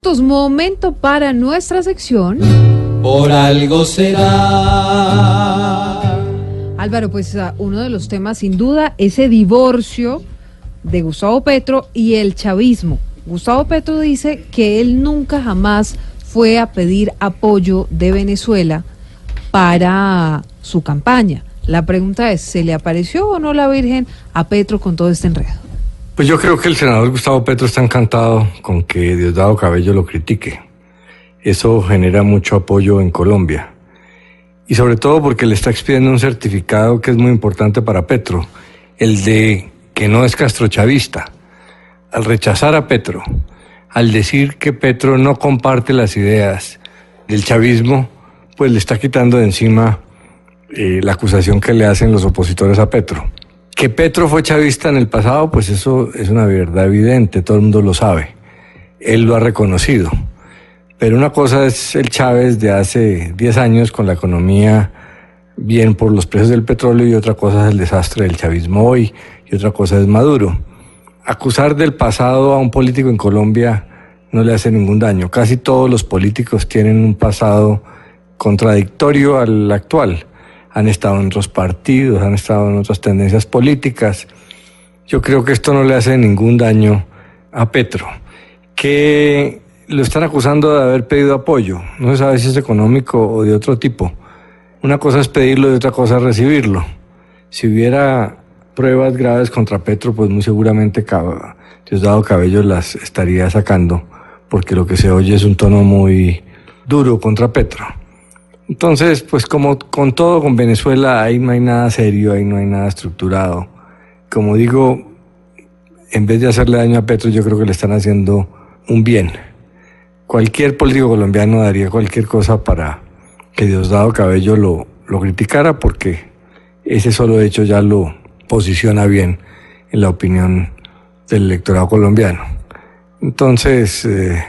Momento para nuestra sección. Por algo será. Álvaro, pues uno de los temas sin duda, ese divorcio de Gustavo Petro y el chavismo. Gustavo Petro dice que él nunca jamás fue a pedir apoyo de Venezuela para su campaña. La pregunta es, ¿se le apareció o no la Virgen a Petro con todo este enredo? Pues yo creo que el senador Gustavo Petro está encantado con que Diosdado Cabello lo critique. Eso genera mucho apoyo en Colombia. Y sobre todo porque le está expidiendo un certificado que es muy importante para Petro, el de que no es castrochavista. Al rechazar a Petro, al decir que Petro no comparte las ideas del chavismo, pues le está quitando de encima la acusación que le hacen los opositores a Petro. Que Petro fue chavista en el pasado, pues eso es una verdad evidente, todo el mundo lo sabe. Él lo ha reconocido. Pero una cosa es el Chávez de hace 10 años con la economía bien por los precios del petróleo y otra cosa es el desastre del chavismo hoy y otra cosa es Maduro. Acusar del pasado a un político en Colombia no le hace ningún daño. Casi todos los políticos tienen un pasado contradictorio al actual. Han estado en otros partidos, han estado en otras tendencias políticas. Yo creo que esto no le hace ningún daño a Petro. Que lo están acusando de haber pedido apoyo. No se sabe si es económico o de otro tipo. Una cosa es pedirlo y otra cosa es recibirlo. Si hubiera pruebas graves contra Petro, pues muy seguramente Diosdado Cabello las estaría sacando, porque lo que se oye es un tono muy duro contra Petro. Entonces, pues como con todo con Venezuela, ahí no hay nada serio, ahí no hay nada estructurado. Como digo, en vez de hacerle daño a Petro, yo creo que le están haciendo un bien. Cualquier político colombiano daría cualquier cosa para que Diosdado Cabello lo criticara, porque ese solo hecho ya lo posiciona bien en la opinión del electorado colombiano. Entonces,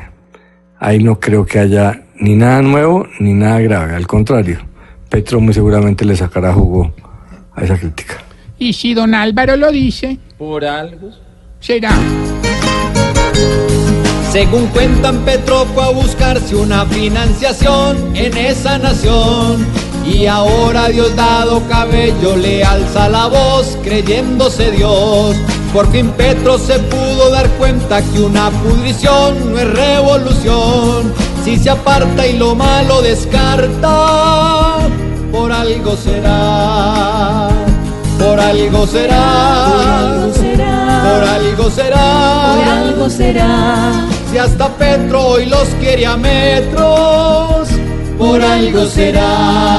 ahí no creo que haya ni nada nuevo ni nada grave, al contrario, Petro muy seguramente le sacará jugo a esa crítica. Y si don Álvaro lo dice, Por algo será. Según cuentan, Petro fue a buscarse una financiación en esa nación. Y ahora Diosdado Cabello le alza la voz creyéndose Dios. Por fin Petro se pudo dar cuenta que una pudrición no es revolución. Si se aparta y lo malo descarta, por algo será, por algo será, por algo será, por algo será. Si hasta Petro hoy los quiere a metros, por algo será.